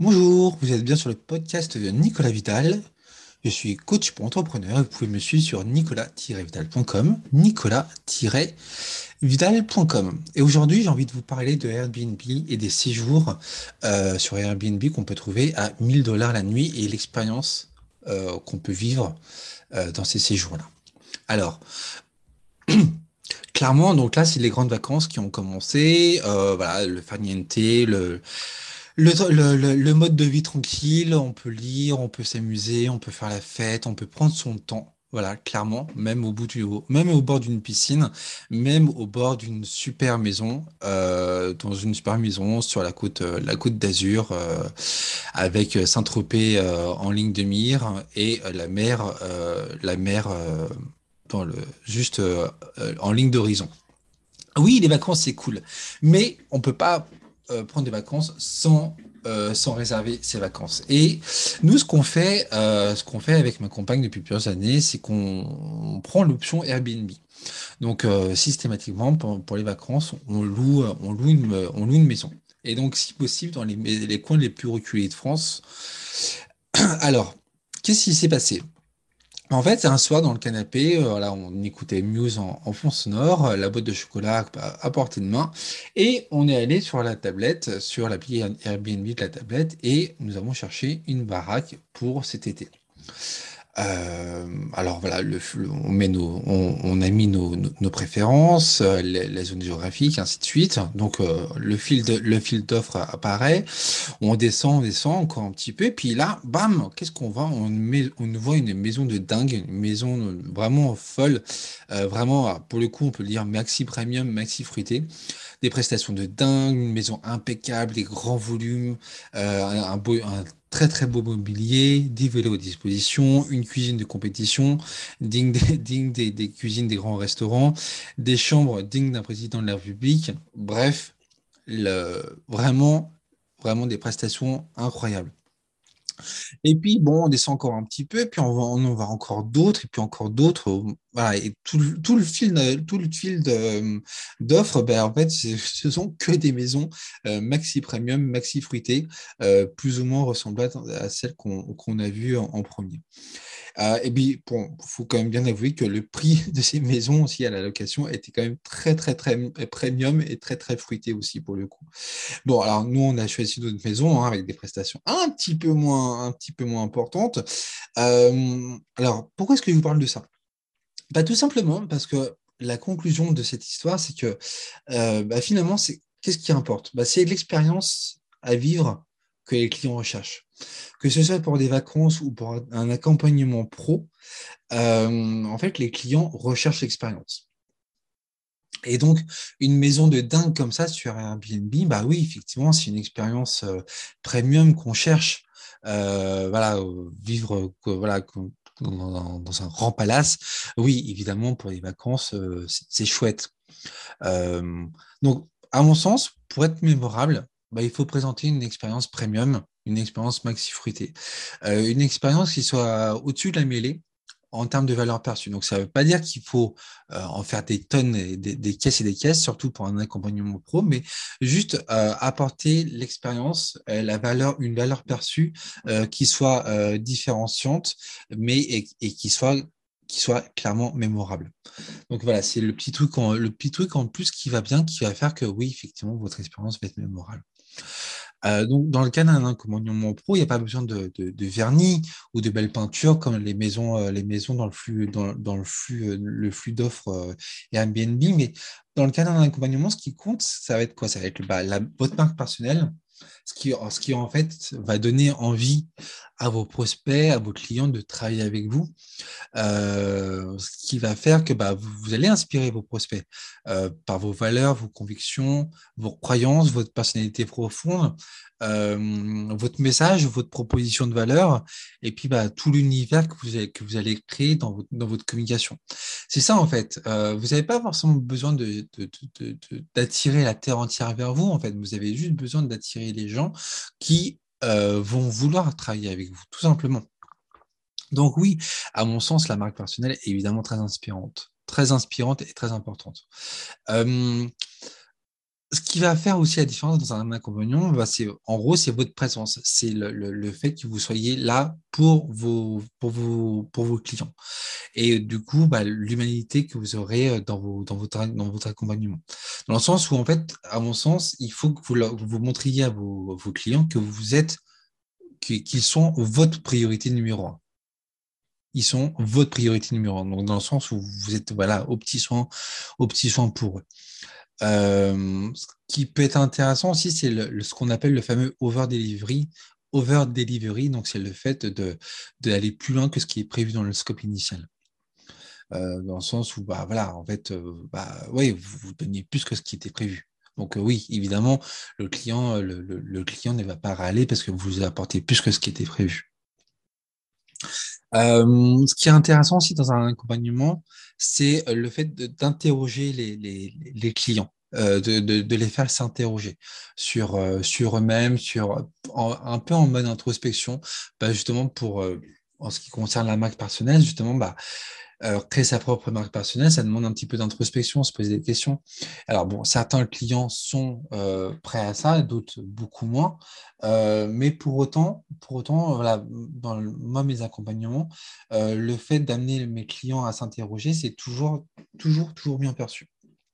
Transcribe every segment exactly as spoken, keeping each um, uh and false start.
Bonjour, vous êtes bien sur le podcast de Nicolas Vidal. Je suis coach pour entrepreneurs et vous pouvez me suivre sur nicolas tiret vidal point com, nicolas tiret vidal point com. Et aujourd'hui, j'ai envie de vous parler de Airbnb et des séjours euh, sur Airbnb qu'on peut trouver à mille dollars la nuit et l'expérience euh, qu'on peut vivre euh, dans ces séjours-là. Alors, clairement, donc là, c'est les grandes vacances qui ont commencé. Euh, voilà, le farniente, le, le, le, le- le mode de vie tranquille. On peut lire, on peut s'amuser, on peut faire la fête, on peut prendre son temps. Voilà, clairement, même au bout du, même au bord d'une piscine, même au bord d'une super maison, euh, dans une super maison sur la côte, euh, la côte d'Azur, euh, avec Saint-Tropez euh, en ligne de mire et euh, la mer, euh, la mer euh, dans le, juste euh, euh, en ligne d'horizon. Oui, les vacances, c'est cool, mais on peut pas euh, prendre des vacances sans, euh, sans réserver ses vacances. Et nous, ce qu'on fait, euh, ce qu'on fait avec ma compagne depuis plusieurs années, c'est qu'on on prend l'option Airbnb. Donc, euh, systématiquement, pour, pour les vacances, on loue, on loue une, on loue une maison. Et donc, si possible, dans les, les coins les plus reculés de France. Alors, qu'est-ce qui s'est passé? En fait, un soir dans le canapé, euh, voilà, on écoutait Muse en, en fond sonore, euh, la boîte de chocolat à, à portée de main, et on est allé sur la tablette, sur l'appli Airbnb de la tablette, et nous avons cherché une baraque pour cet été. Euh, alors voilà, le, le- on met nos, on, on a mis nos, nos, nos préférences, euh, les, les zones géographiques, ainsi de suite. Donc euh, le fil de, le fil d'offre apparaît. On descend, on descend encore un petit peu, puis là, bam, qu'est-ce qu'on voit? On, met- on voit une maison de dingue, une maison vraiment folle, euh, vraiment, ah, pour le coup, on peut le dire maxi premium, maxi fruité, des prestations de dingue, une maison impeccable, des grands volumes, euh, un, un beau, un très très beau mobilier, des vélos à disposition, une cuisine de compétition, digne des, digne des, des cuisines des grands restaurants, des chambres dignes d'un président de la République, bref, le, vraiment, vraiment des prestations incroyables. Et puis, bon, on descend encore un petit peu, puis on va, on en va encore d'autres, et puis encore d'autres. euh, Voilà, et tout, le- tout le fil, de- tout le fil de- d'offres, ben, en fait, c'est- ce sont que des maisons euh, maxi premium, maxi fruitées, euh, plus ou moins ressemblables à celles qu'on qu'on a vues en, en premier. Euh, et puis, bon, faut quand même bien avouer que le prix de ces maisons aussi à la location était quand même très, très, très premium et très, très fruité aussi pour le coup. Bon, alors nous, on a choisi d'autres maisons hein, avec des prestations un petit peu moins, un petit peu moins importantes. Euh, alors, pourquoi est-ce que je vous parle de ça? Bah, tout simplement parce que la conclusion de cette histoire, c'est que euh, bah, finalement, c'est qu'est-ce qui importe? Bah, c'est l'expérience à vivre que les clients recherchent. Que ce soit pour des vacances ou pour un un accompagnement pro, euh, en fait, les clients recherchent l'expérience. Et donc, une maison de dingue comme ça sur Airbnb, bah oui, effectivement, c'est une expérience euh, premium qu'on cherche. Euh, voilà, euh, vivre euh, que- voilà, que- dans, dans un grand palace. Oui, évidemment, pour les vacances, euh, c'est c'est chouette. Euh, donc, à mon sens, pour être mémorable, bah, il faut présenter une expérience premium, une expérience maxi fruitée, Euh, une expérience qui soit au-dessus de la mêlée en termes de valeur perçue. Donc, ça ne veut pas dire qu'il faut euh, en faire des tonnes, et des, des caisses et des caisses, surtout pour un accompagnement pro, mais juste euh, apporter l'expérience, euh, la valeur, une valeur perçue euh, qui soit euh, différenciante, mais et, et qui soit qui soit clairement mémorable. Donc voilà, c'est le petit truc en, le petit truc en plus qui va bien, qui va faire que oui, effectivement, votre expérience va être mémorable. Euh, donc, dans le cas d'un accompagnement pro, il n'y a pas besoin de, de- de vernis ou de belles peintures comme les maisons, euh, les maisons dans le flux, dans, dans le flux, euh, le flux d'offres euh, Airbnb. Mais dans le cas d'un accompagnement, ce qui compte, ça va être quoi? Ça va être bah, la, votre marque personnelle, ce qui, ce qui en fait va donner envie à vos prospects, à vos clients de travailler avec vous euh, ce qui va faire que bah, vous, vous allez inspirer vos prospects euh, par vos valeurs, vos convictions, vos croyances, votre personnalité profonde, euh, votre message, votre proposition de valeur, et puis bah, tout l'univers que vous allez, que vous allez créer dans votre, dans votre communication. C'est ça en fait. Euh, vous n'avez pas forcément besoin de, de- de- de- d'attirer la terre entière vers vous. En fait, vous avez juste besoin d'attirer les gens qui euh, vont vouloir travailler avec vous, tout simplement. Donc oui, à mon sens, la marque personnelle est évidemment très inspirante, très inspirante et très importante. Euh, Ce qui va faire aussi la différence dans un accompagnement, bah, c'est, en gros, c'est votre présence. C'est le, le, le fait que vous soyez là pour vos, pour vos, pour vos clients. Et du coup, bah, l'humanité que vous aurez euh, dans, vos, dans, votre, dans votre accompagnement. Dans le sens où, en fait, à mon sens, il faut que vous, leur- vous montriez à vos, vos clients que vous êtes, que- qu'ils sont votre priorité numéro un. Ils sont votre priorité numéro un. Donc, dans le sens où vous êtes, voilà, aux petits soins, aux petits soins pour eux. Euh, ce qui peut être intéressant aussi, c'est le, le- ce qu'on appelle le fameux over delivery. Over delivery, donc c'est le fait de d'aller plus loin que ce qui est prévu dans le scope initial. Euh, dans le sens où, bah voilà, en fait, euh, bah oui, vous, vous donniez plus que ce qui était prévu. Donc euh, oui, évidemment, le client, euh, le, le, le client ne va pas râler parce que vous apportez plus que ce qui était prévu. Euh, ce qui est intéressant aussi dans un accompagnement, c'est euh, le fait de- d'interroger les, les, les clients, euh, de, de, de les faire s'interroger sur, euh, sur eux-mêmes, sur en- un peu en mode introspection, bah, justement pour euh, en ce qui concerne la marque personnelle, justement, bah, alors, créer sa propre marque personnelle, ça demande un petit peu d'introspection, se poser des questions. Alors bon, certains clients sont euh, prêts à ça, d'autres beaucoup moins. Euh, mais pour autant, pour autant, voilà, dans le- moi, mes accompagnements, euh, le fait d'amener mes clients à s'interroger, c'est toujours, toujours, toujours bien perçu.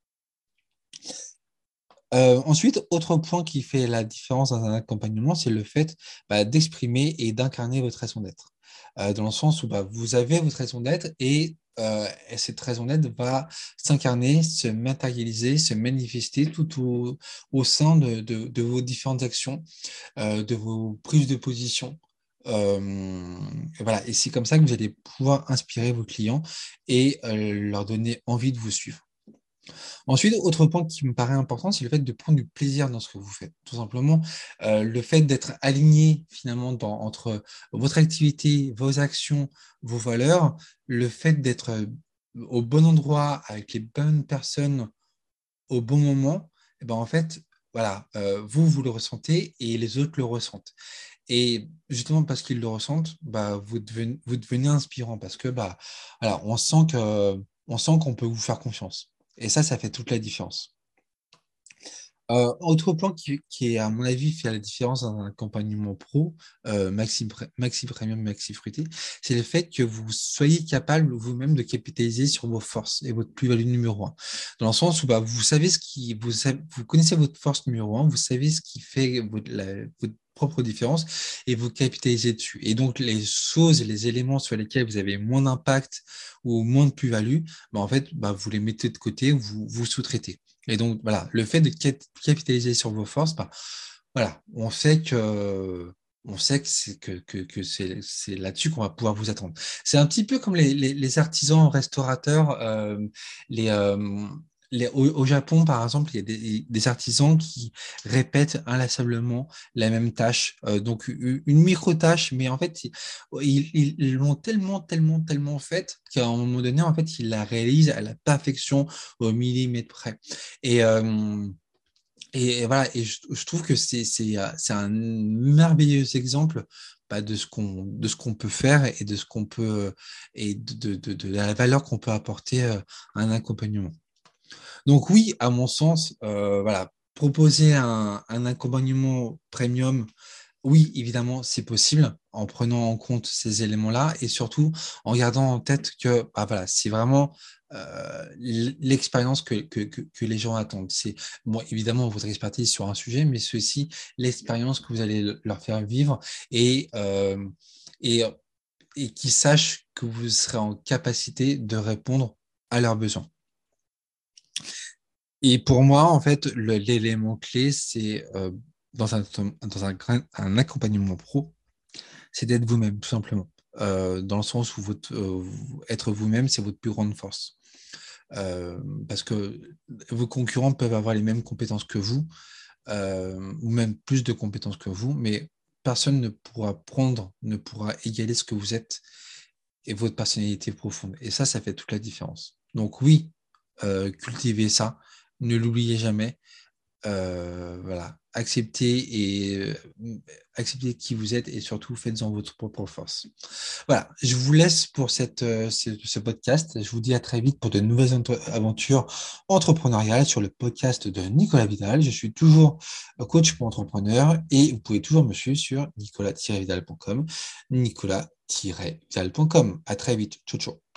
Euh, ensuite, autre point qui fait la différence dans un accompagnement, c'est le fait bah, d'exprimer et d'incarner votre raison d'être. Euh, dans le sens où bah, vous avez votre raison d'être et, euh, et cette raison d'être va s'incarner, se matérialiser, se manifester tout au, au sein de, de, de vos différentes actions, euh, de vos prises de position. Euh, et voilà, et c'est comme ça que vous allez pouvoir inspirer vos clients et euh, leur donner envie de vous suivre. Ensuite, autre point qui me paraît important, c'est le fait de prendre du plaisir dans ce que vous faites. Tout simplement, euh, le fait d'être aligné finalement dans- entre votre activité, vos actions, vos valeurs, le fait d'être euh, au bon endroit, avec les bonnes personnes, au bon moment, eh ben en fait, voilà, euh, vous, vous le ressentez et les autres le ressentent. Et justement parce qu'ils le ressentent, bah, vous devenez, vous devenez inspirant parce que bah, voilà, on sent que, on sent qu'on peut vous faire confiance. Et ça, ça fait toute la différence. Euh, autre point qui, qui est, à mon avis, fait la différence dans un accompagnement pro, euh, Maxi, Pre- Maxi Premium, Maxi Fruité, c'est le fait que vous soyez capable vous-même de capitaliser sur vos forces et votre plus-value numéro un. Dans le sens où bah, vous savez ce qui, vous, savez- vous connaissez votre force numéro un, vous savez ce qui fait votre, la- votre propre différence et vous capitalisez dessus. Et donc, les choses, les éléments sur lesquels vous avez moins d'impact ou moins de plus-value, bah, en fait, bah, vous les mettez de côté, vous, vous sous-traitez. Et donc, voilà, le fait de cap- capitaliser sur vos forces, bah, voilà, on sait que, on sait que c'est que, que, que c'est, c'est là-dessus qu'on va pouvoir vous attendre. C'est un petit peu comme les, les, les artisans restaurateurs, euh, les, euh, les, au, au Japon, par exemple, il y a des, des artisans qui répètent inlassablement la même tâche. Euh, donc, u- une micro-tâche, mais en fait, ils ils ils l'ont tellement, tellement, tellement faite qu'à un moment donné, en fait, ils la réalisent à la perfection, au millimètre près. Et, euh, et, et voilà, et je, je trouve que c'est c'est euh, c'est un merveilleux exemple bah, de ce qu'on de ce qu'on peut faire et de ce qu'on peut et de, de, de, de la valeur qu'on peut apporter euh, à un accompagnement. Donc oui, à mon sens, euh, voilà, proposer un, un accompagnement premium, oui, évidemment, c'est possible en prenant en compte ces éléments-là et surtout en gardant en tête que bah, voilà, c'est vraiment euh, l- l'expérience que, que, que, que les gens attendent. C'est bon, évidemment votre expertise sur un sujet, mais c'est aussi l'expérience que vous allez le- leur faire vivre et, euh, et, et qu'ils sachent que vous serez en capacité de répondre à leurs besoins. Et pour moi, en fait, le- l'élément clé, c'est euh, dans un, dans un, gra- un accompagnement pro, c'est d'être vous-même, tout simplement. Euh, dans le sens où votre, euh, vous- être vous-même, c'est votre plus grande force. Euh, parce que vos concurrents peuvent avoir les mêmes compétences que vous, euh, ou même plus de compétences que vous, mais personne ne pourra prendre, ne pourra égaler ce que vous êtes et votre personnalité profonde. Et ça, ça fait toute la différence. Donc oui, euh, cultivez ça, ne l'oubliez jamais. Euh, voilà. acceptez et euh, acceptez qui vous êtes et surtout faites-en votre propre force. Voilà, je vous laisse pour cette, euh, ce, ce podcast. Je vous dis à très vite pour de nouvelles entre- aventures entrepreneuriales sur le podcast de Nicolas Vidal. Je suis toujours euh, coach pour entrepreneurs et vous pouvez toujours me suivre sur nicolas tiret vidal point com, nicolas tiret vidal point com. À très vite. Ciao, ciao.